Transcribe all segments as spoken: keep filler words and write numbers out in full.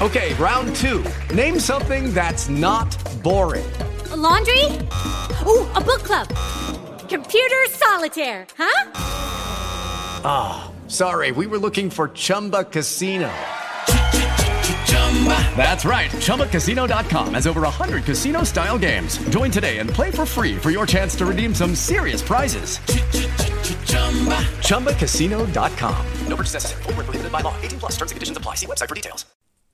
Okay, round two. Name something that's not boring. A laundry? Ooh, a book club. Computer solitaire, huh? Ah, oh, sorry, we were looking for Chumba Casino. That's right, Chumba Casino dot com has over one hundred casino-style games. Join today and play for free for your chance to redeem some serious prizes. Chumba Casino dot com. No purchase necessary. Void where prohibited by law. eighteen plus terms and conditions apply. See website for details.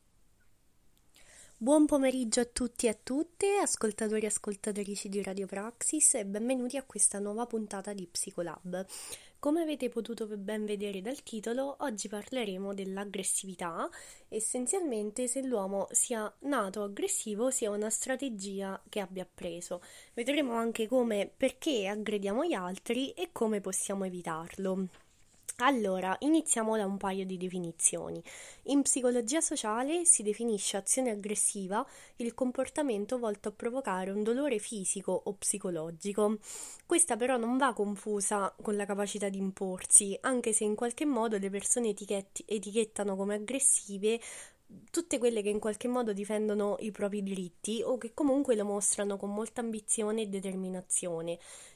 Buon pomeriggio a tutti e a tutte, ascoltatori e ascoltatrici di Radio Praxis, e benvenuti a questa nuova puntata di Psicolab. Come avete potuto ben vedere dal titolo, oggi parleremo dell'aggressività, essenzialmente se l'uomo sia nato aggressivo sia una strategia che abbia preso. Vedremo anche come, perché aggrediamo gli altri e come possiamo evitarlo. Allora, iniziamo da un paio di definizioni. In psicologia sociale si definisce azione aggressiva il comportamento volto a provocare un dolore fisico o psicologico. Questa però non va confusa con la capacità di imporsi, anche se in qualche modo le persone etichetti- etichettano come aggressive tutte quelle che in qualche modo difendono i propri diritti o che comunque lo mostrano con molta ambizione e determinazione.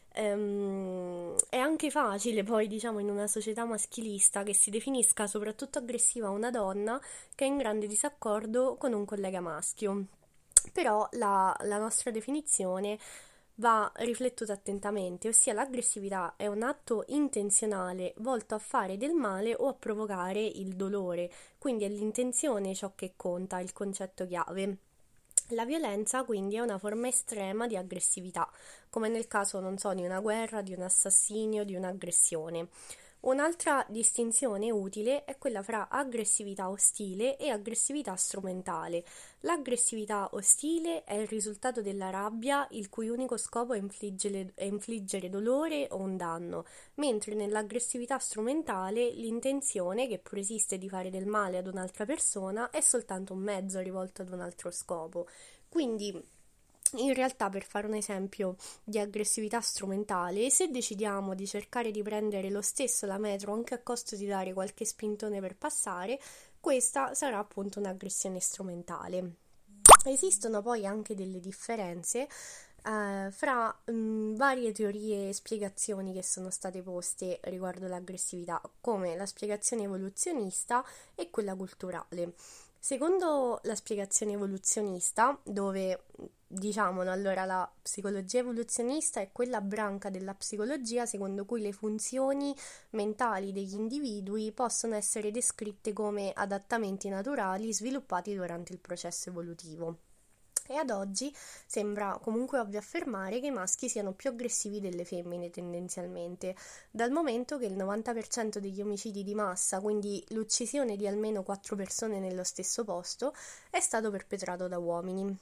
Um, è anche facile poi, diciamo, in una società maschilista che si definisca soprattutto aggressiva una donna che è in grande disaccordo con un collega maschio. Però la, la nostra definizione va riflettuta attentamente, ossia l'aggressività è un atto intenzionale volto a fare del male o a provocare il dolore, quindi è l'intenzione ciò che conta, il concetto chiave. La violenza quindi è una forma estrema di aggressività, come nel caso, non so, di una guerra, di un assassinio, di un'aggressione. Un'altra distinzione utile è quella fra aggressività ostile e aggressività strumentale. L'aggressività ostile è il risultato della rabbia, il cui unico scopo è infliggere, è infliggere dolore o un danno, mentre nell'aggressività strumentale l'intenzione, che pur esiste, di fare del male ad un'altra persona, è soltanto un mezzo rivolto ad un altro scopo. Quindi, in realtà, per fare un esempio di aggressività strumentale, se decidiamo di cercare di prendere lo stesso la metro anche a costo di dare qualche spintone per passare, questa sarà appunto un'aggressione strumentale. Esistono poi anche delle differenze eh, fra mh, varie teorie e spiegazioni che sono state poste riguardo l'aggressività, come la spiegazione evoluzionista e quella culturale. Secondo la spiegazione evoluzionista, dove diciamolo, allora la psicologia evoluzionista è quella branca della psicologia secondo cui le funzioni mentali degli individui possono essere descritte come adattamenti naturali sviluppati durante il processo evolutivo. E ad oggi sembra comunque ovvio affermare che i maschi siano più aggressivi delle femmine tendenzialmente, dal momento che il novanta per cento degli omicidi di massa, quindi l'uccisione di almeno quattro persone nello stesso posto, è stato perpetrato da uomini.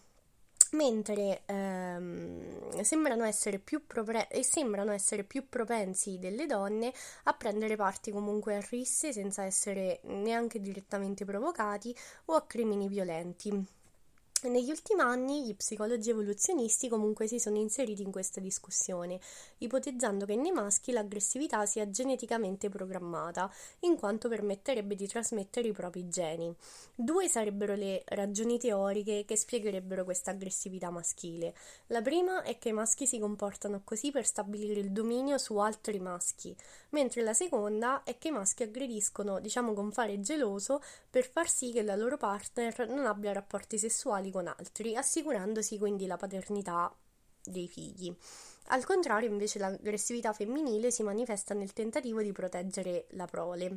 Mentre ehm, sembrano essere più propre- e sembrano essere più propensi delle donne a prendere parte comunque a risse senza essere neanche direttamente provocati o a crimini violenti. Negli ultimi anni gli psicologi evoluzionisti comunque si sono inseriti in questa discussione, ipotizzando che nei maschi l'aggressività sia geneticamente programmata, in quanto permetterebbe di trasmettere i propri geni. Due sarebbero le ragioni teoriche che spiegherebbero questa aggressività maschile. La prima è che i maschi si comportano così per stabilire il dominio su altri maschi, mentre la seconda è che i maschi aggrediscono, diciamo con fare geloso, per far sì che la loro partner non abbia rapporti sessuali con altri, assicurandosi quindi la paternità dei figli. Al contrario, invece, l'aggressività femminile si manifesta nel tentativo di proteggere la prole.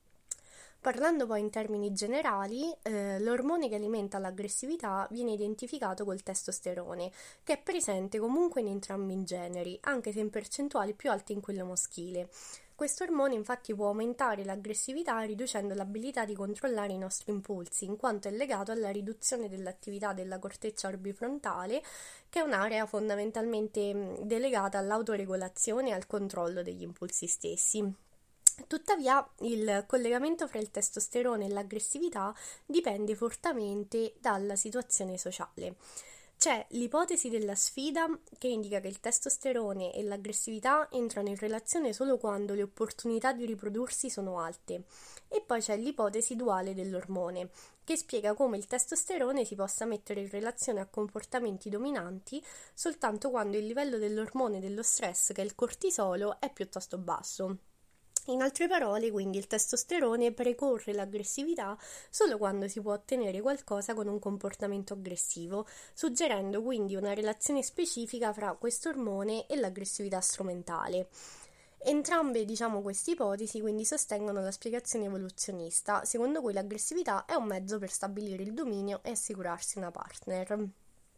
Parlando poi in termini generali, eh, l'ormone che alimenta l'aggressività viene identificato col testosterone, che è presente comunque in entrambi i generi, anche se in percentuali più alte in quello maschile. Questo ormone infatti può aumentare l'aggressività riducendo l'abilità di controllare i nostri impulsi, in quanto è legato alla riduzione dell'attività della corteccia orbifrontale, che è un'area fondamentalmente delegata all'autoregolazione e al controllo degli impulsi stessi. Tuttavia, il collegamento fra il testosterone e l'aggressività dipende fortemente dalla situazione sociale. C'è l'ipotesi della sfida, che indica che il testosterone e l'aggressività entrano in relazione solo quando le opportunità di riprodursi sono alte, e poi c'è l'ipotesi duale dell'ormone, che spiega come il testosterone si possa mettere in relazione a comportamenti dominanti soltanto quando il livello dell'ormone dello stress, che è il cortisolo, è piuttosto basso. In altre parole, quindi, il testosterone precorre l'aggressività solo quando si può ottenere qualcosa con un comportamento aggressivo, suggerendo quindi una relazione specifica fra questo ormone e l'aggressività strumentale. Entrambe, diciamo, queste ipotesi quindi sostengono la spiegazione evoluzionista, secondo cui l'aggressività è un mezzo per stabilire il dominio e assicurarsi una partner.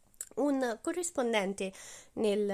Un corrispondente nel,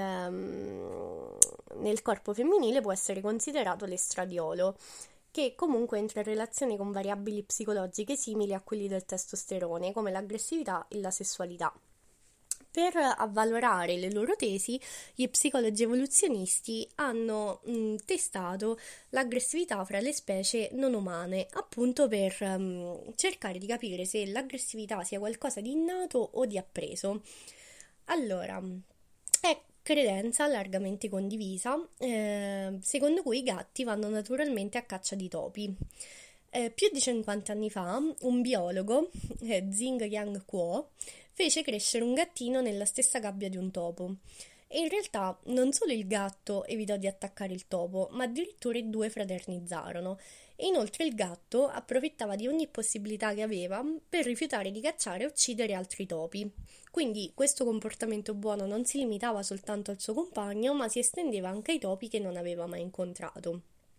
um, nel corpo femminile può essere considerato l'estradiolo, che comunque entra in relazione con variabili psicologiche simili a quelli del testosterone, come l'aggressività e la sessualità. Per avvalorare le loro tesi, gli psicologi evoluzionisti hanno mh, testato l'aggressività fra le specie non umane, appunto per mh, cercare di capire se l'aggressività sia qualcosa di innato o di appreso. Allora, è credenza largamente condivisa, eh, secondo cui i gatti vanno naturalmente a caccia di topi. Eh, più di cinquanta anni fa, un biologo, eh, Zing Yang Kuo, fece crescere un gattino nella stessa gabbia di un topo. E in realtà non solo il gatto evitò di attaccare il topo, ma addirittura i due fraternizzarono. E inoltre il gatto approfittava di ogni possibilità che aveva per rifiutare di cacciare e uccidere altri topi. Quindi questo comportamento buono non si limitava soltanto al suo compagno, ma si estendeva anche ai topi che non aveva mai incontrato.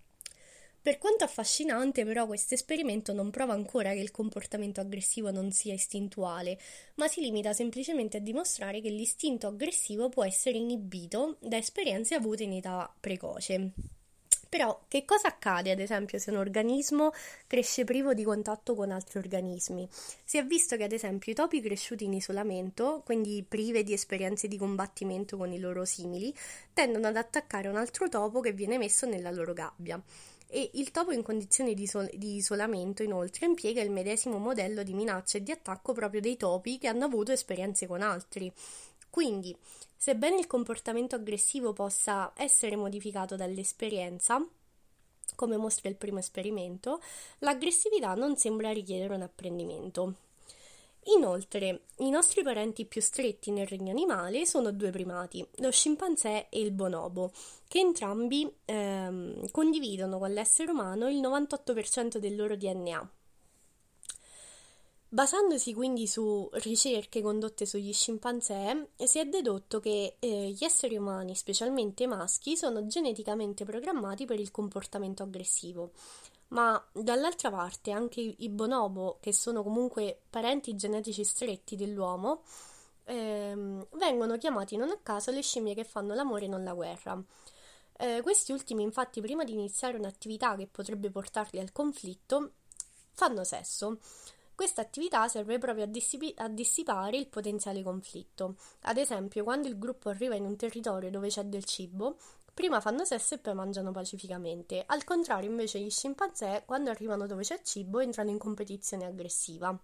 Per quanto affascinante, però, questo esperimento non prova ancora che il comportamento aggressivo non sia istintuale, ma si limita semplicemente a dimostrare che l'istinto aggressivo può essere inibito da esperienze avute in età precoce. Però, che cosa accade, ad esempio, se un organismo cresce privo di contatto con altri organismi? Si è visto che, ad esempio, i topi cresciuti in isolamento, quindi prive di esperienze di combattimento con i loro simili, tendono ad attaccare un altro topo che viene messo nella loro gabbia. E il topo in condizioni di, isol- di isolamento inoltre impiega il medesimo modello di minaccia e di attacco proprio dei topi che hanno avuto esperienze con altri. Quindi, sebbene il comportamento aggressivo possa essere modificato dall'esperienza, come mostra il primo esperimento, l'aggressività non sembra richiedere un apprendimento. Inoltre, i nostri parenti più stretti nel regno animale sono due primati, lo scimpanzé e il bonobo, che entrambi ehm, condividono con l'essere umano il novantotto per cento del loro D N A. Basandosi quindi su ricerche condotte sugli scimpanzé, si è dedotto che eh, gli esseri umani, specialmente maschi, sono geneticamente programmati per il comportamento aggressivo. Ma dall'altra parte anche i bonobo, che sono comunque parenti genetici stretti dell'uomo, ehm, vengono chiamati non a caso le scimmie che fanno l'amore e non la guerra. Eh, questi ultimi, infatti, prima di iniziare un'attività che potrebbe portarli al conflitto, fanno sesso. Questa attività serve proprio a, dissipi- a dissipare il potenziale conflitto. Ad esempio, quando il gruppo arriva in un territorio dove c'è del cibo, prima fanno sesso e poi mangiano pacificamente. Al contrario, invece, gli scimpanzé, quando arrivano dove c'è cibo, entrano in competizione aggressiva.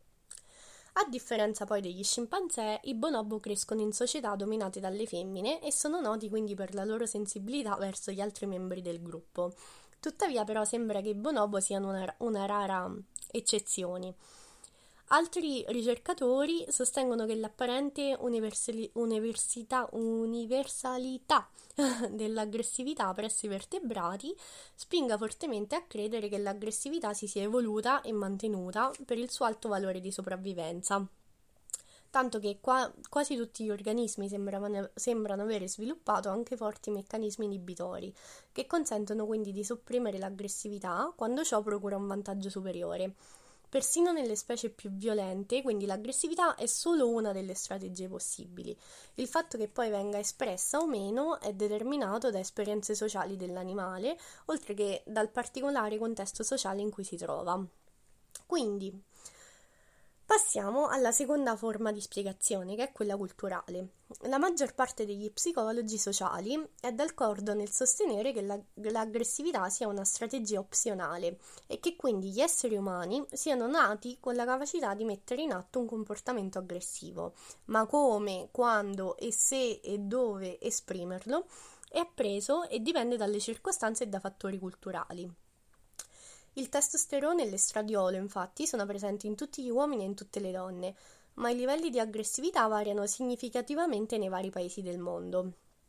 A differenza poi degli scimpanzé, i bonobo crescono in società dominate dalle femmine e sono noti quindi per la loro sensibilità verso gli altri membri del gruppo. Tuttavia, però, sembra che i bonobo siano una, una rara eccezione. Altri ricercatori sostengono che l'apparente universali- università- universalità dell'aggressività presso i vertebrati spinga fortemente a credere che l'aggressività si sia evoluta e mantenuta per il suo alto valore di sopravvivenza. Tanto che qua, quasi tutti gli organismi sembrano, sembrano avere sviluppato anche forti meccanismi inibitori, che consentono quindi di sopprimere l'aggressività quando ciò procura un vantaggio superiore. Persino nelle specie più violente, quindi l'aggressività è solo una delle strategie possibili. Il fatto che poi venga espressa o meno è determinato da esperienze sociali dell'animale, oltre che dal particolare contesto sociale in cui si trova. Quindi, passiamo alla seconda forma di spiegazione, che è quella culturale. La maggior parte degli psicologi sociali è d'accordo nel sostenere che la, l'aggressività sia una strategia opzionale e che quindi gli esseri umani siano nati con la capacità di mettere in atto un comportamento aggressivo, ma come, quando e se e dove esprimerlo è appreso e dipende dalle circostanze e da fattori culturali. Il testosterone e l'estradiolo, infatti, sono presenti in tutti gli uomini e in tutte le donne, ma i livelli di aggressività variano significativamente nei vari paesi del mondo.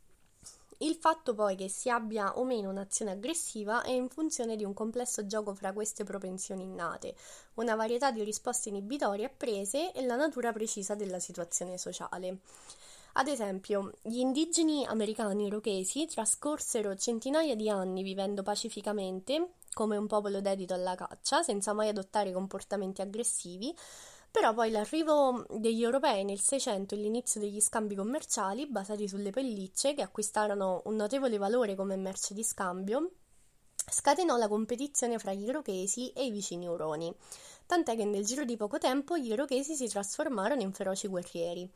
Il fatto poi che si abbia o meno un'azione aggressiva è in funzione di un complesso gioco fra queste propensioni innate, una varietà di risposte inibitorie apprese e la natura precisa della situazione sociale. Ad esempio, gli indigeni americani irochesi trascorsero centinaia di anni vivendo pacificamente, come un popolo dedito alla caccia, senza mai adottare comportamenti aggressivi. Però poi l'arrivo degli europei nel Seicento e l'inizio degli scambi commerciali basati sulle pellicce, che acquistarono un notevole valore come merce di scambio, scatenò la competizione fra gli irochesi e i vicini uroni, tant'è che nel giro di poco tempo gli irochesi si trasformarono in feroci guerrieri.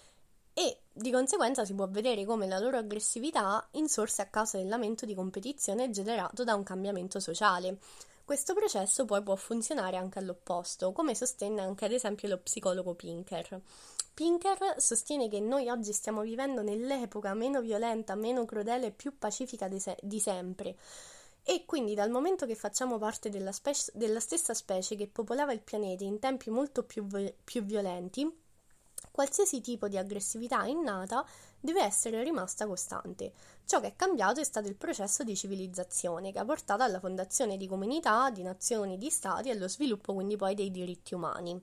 E di conseguenza si può vedere come la loro aggressività insorse a causa del lamento di competizione generato da un cambiamento sociale. Questo processo poi può funzionare anche all'opposto, come sostenne anche ad esempio lo psicologo Pinker. Pinker sostiene che noi oggi stiamo vivendo nell'epoca meno violenta, meno crudele e più pacifica di, se- di sempre. E quindi dal momento che facciamo parte della, specie, della stessa specie che popolava il pianeta in tempi molto più, vi- più violenti, qualsiasi tipo di aggressività innata deve essere rimasta costante. Ciò che è cambiato è stato il processo di civilizzazione che ha portato alla fondazione di comunità, di nazioni, di stati e allo sviluppo quindi poi dei diritti umani.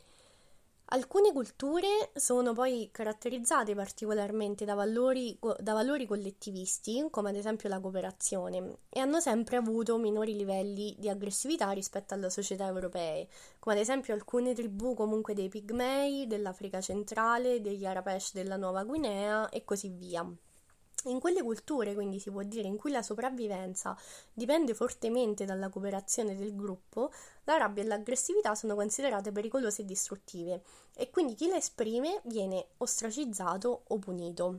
Alcune culture sono poi caratterizzate particolarmente da valori, da valori collettivisti, come ad esempio la cooperazione, e hanno sempre avuto minori livelli di aggressività rispetto alle società europee, come ad esempio alcune tribù comunque dei Pigmei, dell'Africa centrale, degli Arapesh della Nuova Guinea e così via. In quelle culture, quindi si può dire, in cui la sopravvivenza dipende fortemente dalla cooperazione del gruppo, la rabbia e l'aggressività sono considerate pericolose e distruttive e quindi chi le esprime viene ostracizzato o punito.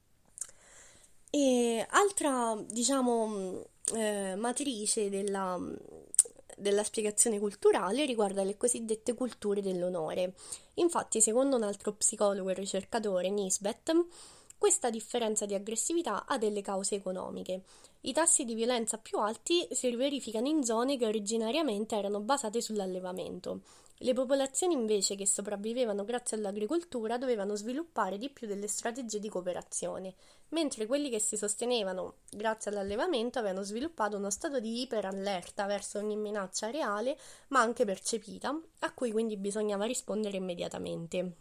E altra, diciamo, eh, matrice della, della spiegazione culturale riguarda le cosiddette culture dell'onore. Infatti, secondo un altro psicologo e ricercatore, Nisbet, questa differenza di aggressività ha delle cause economiche. I tassi di violenza più alti si verificano in zone che originariamente erano basate sull'allevamento. Le popolazioni invece che sopravvivevano grazie all'agricoltura dovevano sviluppare di più delle strategie di cooperazione, mentre quelli che si sostenevano grazie all'allevamento avevano sviluppato uno stato di iperallerta verso ogni minaccia reale, ma anche percepita, a cui quindi bisognava rispondere immediatamente.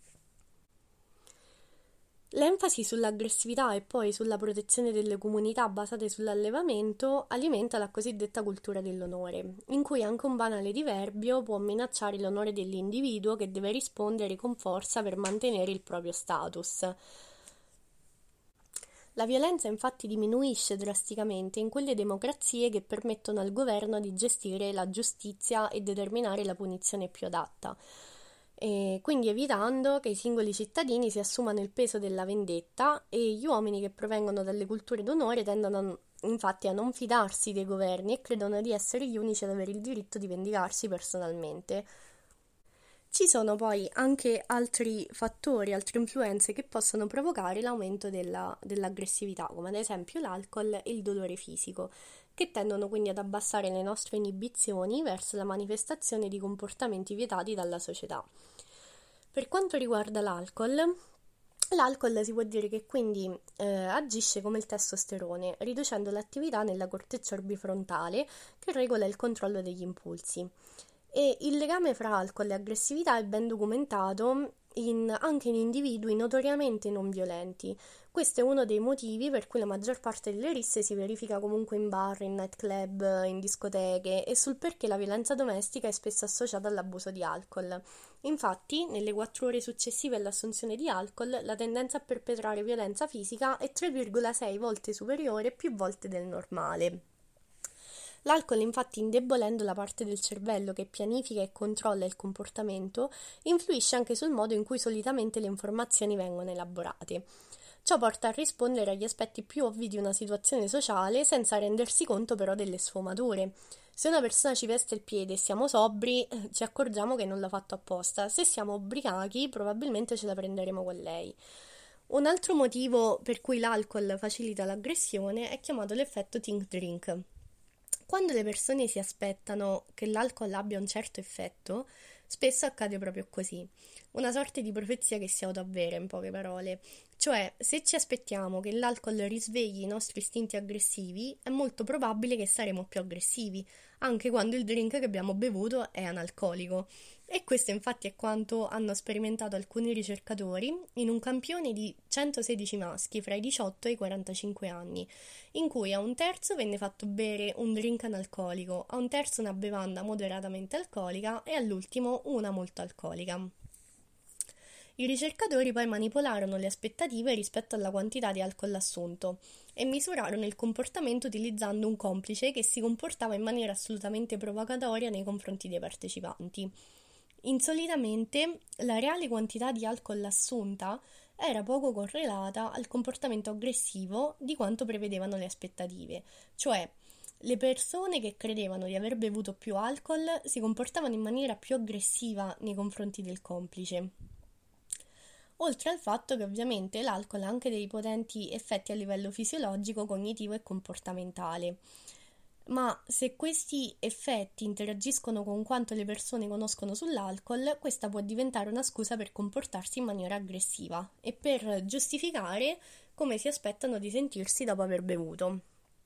L'enfasi sull'aggressività e poi sulla protezione delle comunità basate sull'allevamento alimenta la cosiddetta cultura dell'onore, in cui anche un banale diverbio può minacciare l'onore dell'individuo che deve rispondere con forza per mantenere il proprio status. La violenza infatti diminuisce drasticamente in quelle democrazie che permettono al governo di gestire la giustizia e determinare la punizione più adatta. E quindi evitando che i singoli cittadini si assumano il peso della vendetta e gli uomini che provengono dalle culture d'onore tendono infatti a non fidarsi dei governi e credono di essere gli unici ad avere il diritto di vendicarsi personalmente. Ci sono poi anche altri fattori, altre influenze che possono provocare l'aumento della, dell'aggressività, come ad esempio l'alcol e il dolore fisico, che tendono quindi ad abbassare le nostre inibizioni verso la manifestazione di comportamenti vietati dalla società. Per quanto riguarda l'alcol, l'alcol si può dire che quindi eh, agisce come il testosterone, riducendo l'attività nella corteccia orbifrontale che regola il controllo degli impulsi. E il legame fra alcol e aggressività è ben documentato in, anche in individui notoriamente non violenti. Questo è uno dei motivi per cui la maggior parte delle risse si verifica comunque in bar, in nightclub, in discoteche e sul perché la violenza domestica è spesso associata all'abuso di alcol. Infatti, nelle quattro ore successive all'assunzione di alcol, la tendenza a perpetrare violenza fisica è tre virgola sei volte superiore più volte del normale. L'alcol, infatti, indebolendo la parte del cervello che pianifica e controlla il comportamento, influisce anche sul modo in cui solitamente le informazioni vengono elaborate. Ciò porta a rispondere agli aspetti più ovvi di una situazione sociale senza rendersi conto però delle sfumature. Se una persona ci pesta il piede e siamo sobri, ci accorgiamo che non l'ha fatto apposta. Se siamo ubriachi, probabilmente ce la prenderemo con lei. Un altro motivo per cui l'alcol facilita l'aggressione è chiamato l'effetto think drink. Quando le persone si aspettano che l'alcol abbia un certo effetto, spesso accade proprio così, una sorta di profezia che si autoavvera in poche parole. Cioè, se ci aspettiamo che l'alcol risvegli i nostri istinti aggressivi, è molto probabile che saremo più aggressivi, anche quando il drink che abbiamo bevuto è analcolico. E questo infatti è quanto hanno sperimentato alcuni ricercatori in un campione di centosedici maschi fra i diciotto e i quarantacinque anni, in cui a un terzo venne fatto bere un drink analcolico, a un terzo una bevanda moderatamente alcolica e all'ultimo una molto alcolica. I ricercatori poi manipolarono le aspettative rispetto alla quantità di alcol assunto e misurarono il comportamento utilizzando un complice che si comportava in maniera assolutamente provocatoria nei confronti dei partecipanti. Insolitamente, la reale quantità di alcol assunta era poco correlata al comportamento aggressivo di quanto prevedevano le aspettative, cioè le persone che credevano di aver bevuto più alcol si comportavano in maniera più aggressiva nei confronti del complice. Oltre al fatto che ovviamente l'alcol ha anche dei potenti effetti a livello fisiologico, cognitivo e comportamentale. Ma se questi effetti interagiscono con quanto le persone conoscono sull'alcol, questa può diventare una scusa per comportarsi in maniera aggressiva e per giustificare come si aspettano di sentirsi dopo aver bevuto.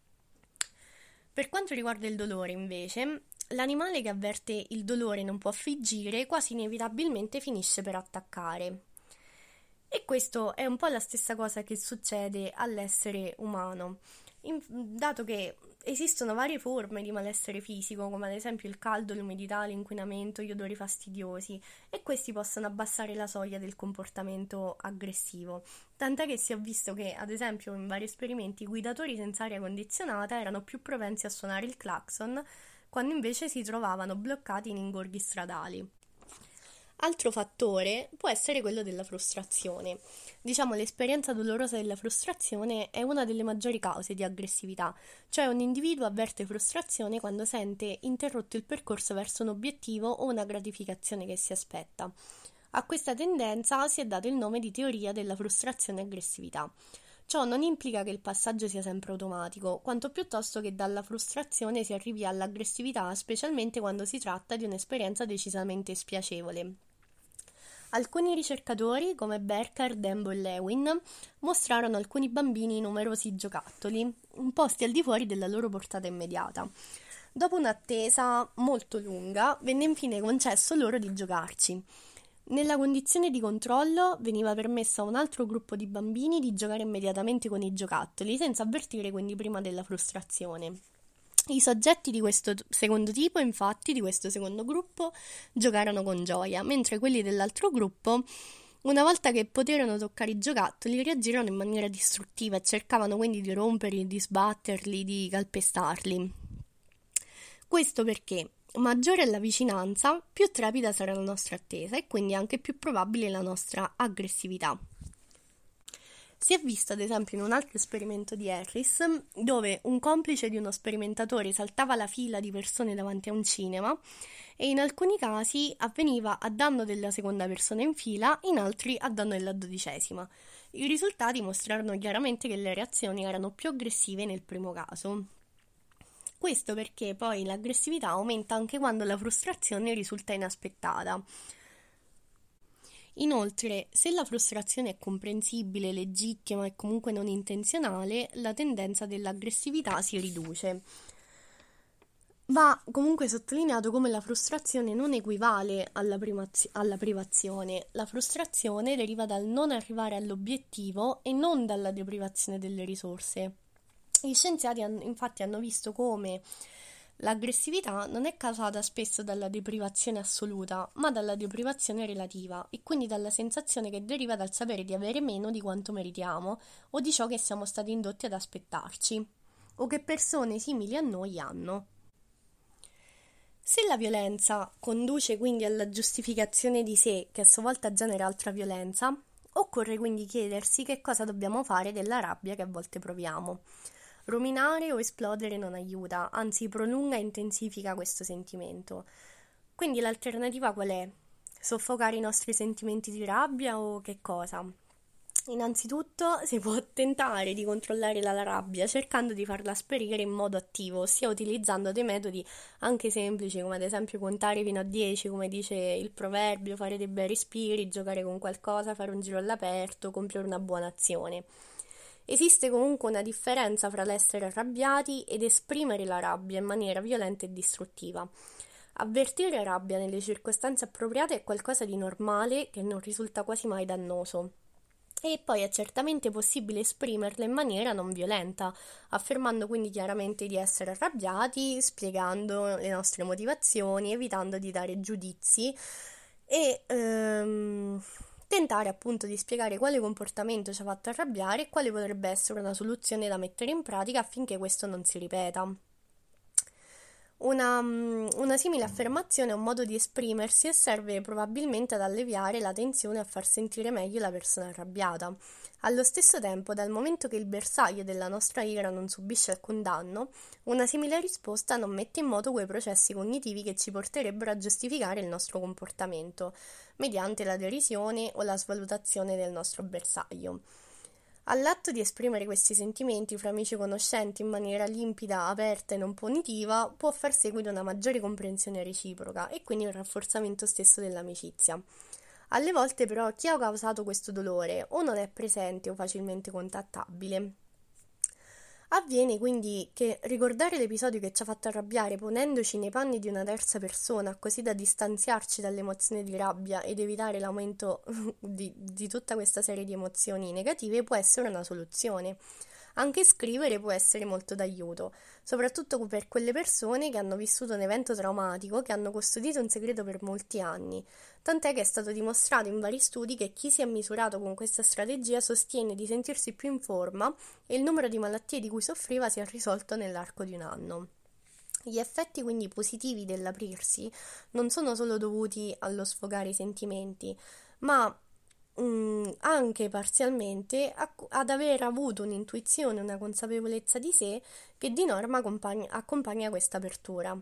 Per quanto riguarda il dolore, invece, l'animale che avverte il dolore e non può fuggire quasi inevitabilmente finisce per attaccare. E questo è un po' la stessa cosa che succede all'essere umano, in, dato che esistono varie forme di malessere fisico, come ad esempio il caldo, l'umidità, l'inquinamento, gli odori fastidiosi, e questi possono abbassare la soglia del comportamento aggressivo. Tant'è che si è visto che, ad esempio, in vari esperimenti, i guidatori senza aria condizionata erano più propensi a suonare il clacson, quando invece si trovavano bloccati in ingorghi stradali. Altro fattore può essere quello della frustrazione. Diciamo, l'esperienza dolorosa della frustrazione è una delle maggiori cause di aggressività, cioè un individuo avverte frustrazione quando sente interrotto il percorso verso un obiettivo o una gratificazione che si aspetta. A questa tendenza si è dato il nome di teoria della frustrazione e aggressività. Ciò non implica che il passaggio sia sempre automatico, quanto piuttosto che dalla frustrazione si arrivi all'aggressività, specialmente quando si tratta di un'esperienza decisamente spiacevole. Alcuni ricercatori, come Berker, Dembo e Lewin, mostrarono alcuni bambini numerosi giocattoli, posti al di fuori della loro portata immediata. Dopo un'attesa molto lunga, venne infine concesso loro di giocarci. Nella condizione di controllo veniva permesso a un altro gruppo di bambini di giocare immediatamente con i giocattoli, senza avvertire quindi prima della frustrazione. I soggetti di questo secondo tipo, infatti, di questo secondo gruppo, giocarono con gioia, mentre quelli dell'altro gruppo, una volta che poterono toccare i giocattoli, reagirono in maniera distruttiva e cercavano quindi di romperli, di sbatterli, di calpestarli. Questo perché maggiore è la vicinanza, più trepida sarà la nostra attesa e quindi anche più probabile la nostra aggressività. Si è visto ad esempio in un altro esperimento di Harris, dove un complice di uno sperimentatore saltava la fila di persone davanti a un cinema e in alcuni casi avveniva a danno della seconda persona in fila, in altri a danno della dodicesima. I risultati mostrarono chiaramente che le reazioni erano più aggressive nel primo caso. Questo perché poi l'aggressività aumenta anche quando la frustrazione risulta inaspettata. Inoltre, se la frustrazione è comprensibile, legittima e comunque non intenzionale, la tendenza dell'aggressività si riduce. Va comunque sottolineato come la frustrazione non equivale alla, primaz- alla privazione. La frustrazione deriva dal non arrivare all'obiettivo e non dalla deprivazione delle risorse. Gli scienziati hanno, infatti hanno visto come l'aggressività non è causata spesso dalla deprivazione assoluta, ma dalla deprivazione relativa e quindi dalla sensazione che deriva dal sapere di avere meno di quanto meritiamo o di ciò che siamo stati indotti ad aspettarci, o che persone simili a noi hanno. Se la violenza conduce quindi alla giustificazione di sé, che a sua volta genera altra violenza, occorre quindi chiedersi che cosa dobbiamo fare della rabbia che a volte proviamo. Ruminare o esplodere non aiuta, anzi prolunga e intensifica questo sentimento. Quindi l'alternativa qual è? Soffocare i nostri sentimenti di rabbia o che cosa? Innanzitutto si può tentare di controllare la rabbia cercando di farla sparire in modo attivo, ossia utilizzando dei metodi anche semplici come ad esempio contare fino a dieci, come dice il proverbio, fare dei bei respiri, giocare con qualcosa, fare un giro all'aperto, compiere una buona azione. Esiste comunque una differenza fra l'essere arrabbiati ed esprimere la rabbia in maniera violenta e distruttiva. Avvertire rabbia nelle circostanze appropriate è qualcosa di normale che non risulta quasi mai dannoso. E poi è certamente possibile esprimerla in maniera non violenta, affermando quindi chiaramente di essere arrabbiati, spiegando le nostre motivazioni, evitando di dare giudizi e ehm, tentare appunto di spiegare quale comportamento ci ha fatto arrabbiare e quale potrebbe essere una soluzione da mettere in pratica affinché questo non si ripeta. Una, una simile affermazione è un modo di esprimersi e serve probabilmente ad alleviare la tensione e a far sentire meglio la persona arrabbiata. Allo stesso tempo, dal momento che il bersaglio della nostra ira non subisce alcun danno, una simile risposta non mette in moto quei processi cognitivi che ci porterebbero a giustificare il nostro comportamento, mediante la derisione o la svalutazione del nostro bersaglio. All'atto di esprimere questi sentimenti fra amici e conoscenti in maniera limpida, aperta e non punitiva, può far seguito una maggiore comprensione reciproca e quindi un rafforzamento stesso dell'amicizia. Alle volte però chi ha causato questo dolore o non è presente o facilmente contattabile. Avviene quindi che ricordare l'episodio che ci ha fatto arrabbiare ponendoci nei panni di una terza persona, così da distanziarci dall'emozione di rabbia ed evitare l'aumento di, di tutta questa serie di emozioni negative, può essere una soluzione. Anche scrivere può essere molto d'aiuto, soprattutto per quelle persone che hanno vissuto un evento traumatico, che hanno custodito un segreto per molti anni, tant'è che è stato dimostrato in vari studi che chi si è misurato con questa strategia sostiene di sentirsi più in forma e il numero di malattie di cui soffriva si è risolto nell'arco di un anno. Gli effetti quindi positivi dell'aprirsi non sono solo dovuti allo sfogare i sentimenti, ma Mm, anche parzialmente ac- ad aver avuto un'intuizione, una consapevolezza di sé che di norma accompagna, accompagna questa apertura.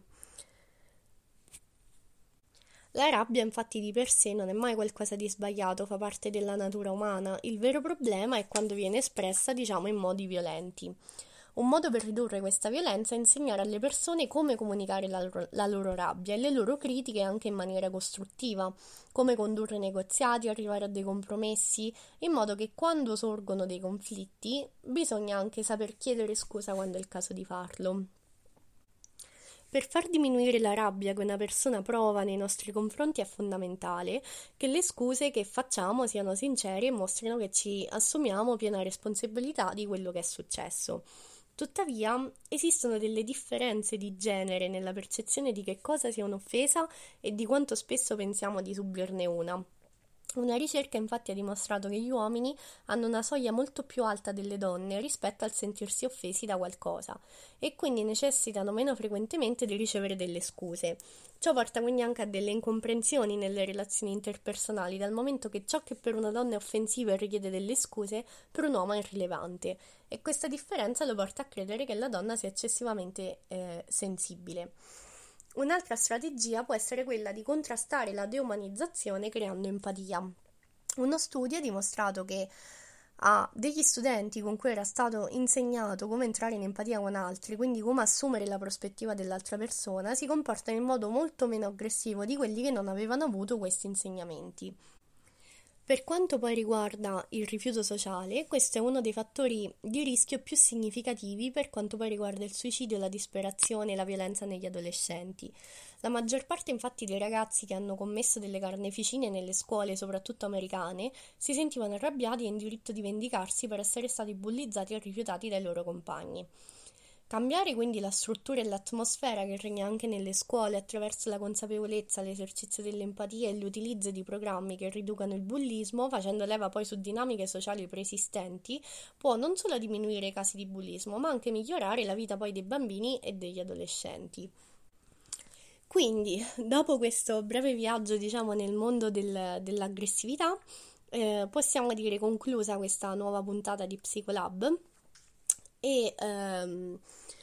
La rabbia infatti di per sé non è mai qualcosa di sbagliato, fa parte della natura umana. Il vero problema è quando viene espressa, diciamo, in modi violenti. Un modo per ridurre questa violenza è insegnare alle persone come comunicare la loro, la loro rabbia e le loro critiche anche in maniera costruttiva, come condurre negoziati, arrivare a dei compromessi, in modo che quando sorgono dei conflitti bisogna anche saper chiedere scusa quando è il caso di farlo. Per far diminuire la rabbia che una persona prova nei nostri confronti è fondamentale che le scuse che facciamo siano sincere e mostrino che ci assumiamo piena responsabilità di quello che è successo. Tuttavia, esistono delle differenze di genere nella percezione di che cosa sia un'offesa e di quanto spesso pensiamo di subirne una. Una ricerca infatti ha dimostrato che gli uomini hanno una soglia molto più alta delle donne rispetto al sentirsi offesi da qualcosa e quindi necessitano meno frequentemente di ricevere delle scuse. Ciò porta quindi anche a delle incomprensioni nelle relazioni interpersonali, dal momento che ciò che per una donna è offensivo e richiede delle scuse, per un uomo è irrilevante. E questa differenza lo porta a credere che la donna sia eccessivamente eh, sensibile. Un'altra strategia può essere quella di contrastare la deumanizzazione creando empatia. Uno studio ha dimostrato che a degli studenti con cui era stato insegnato come entrare in empatia con altri, quindi come assumere la prospettiva dell'altra persona, si comportano in modo molto meno aggressivo di quelli che non avevano avuto questi insegnamenti. Per quanto poi riguarda il rifiuto sociale, questo è uno dei fattori di rischio più significativi per quanto poi riguarda il suicidio, la disperazione e la violenza negli adolescenti. La maggior parte infatti dei ragazzi che hanno commesso delle carneficine nelle scuole, soprattutto americane, si sentivano arrabbiati e in diritto di vendicarsi per essere stati bullizzati e rifiutati dai loro compagni. Cambiare quindi la struttura e l'atmosfera che regna anche nelle scuole attraverso la consapevolezza, l'esercizio dell'empatia e l'utilizzo di programmi che riducano il bullismo, facendo leva poi su dinamiche sociali preesistenti, può non solo diminuire i casi di bullismo, ma anche migliorare la vita poi dei bambini e degli adolescenti. Quindi, dopo questo breve viaggio, diciamo, nel mondo del, dell'aggressività, eh, possiamo dire conclusa questa nuova puntata di Psicolab e... Ehm,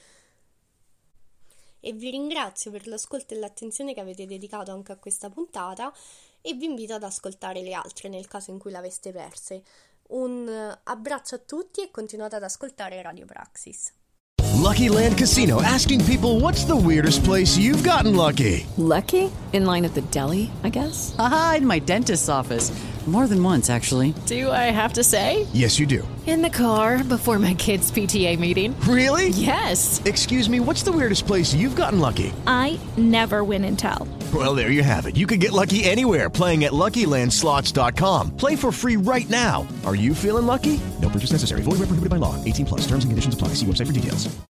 e vi ringrazio per l'ascolto e l'attenzione che avete dedicato anche a questa puntata e vi invito ad ascoltare le altre nel caso in cui l'aveste perse. Un abbraccio a tutti e continuate ad ascoltare Radio Praxis. Lucky Land Casino, asking people, what's the weirdest place you've gotten lucky? Lucky? In line at the deli, I guess? Aha, in my dentist's office. More than once, actually. Do I have to say? Yes, you do. In the car before my kids' P T A meeting. Really? Yes. Excuse me, what's the weirdest place you've gotten lucky? I never win and tell. Well, there you have it. You can get lucky anywhere, playing at Lucky Land Slots dot com. Play for free right now. Are you feeling lucky? No purchase necessary. Void where prohibited by law. eighteen plus. Terms and conditions apply. See website for details.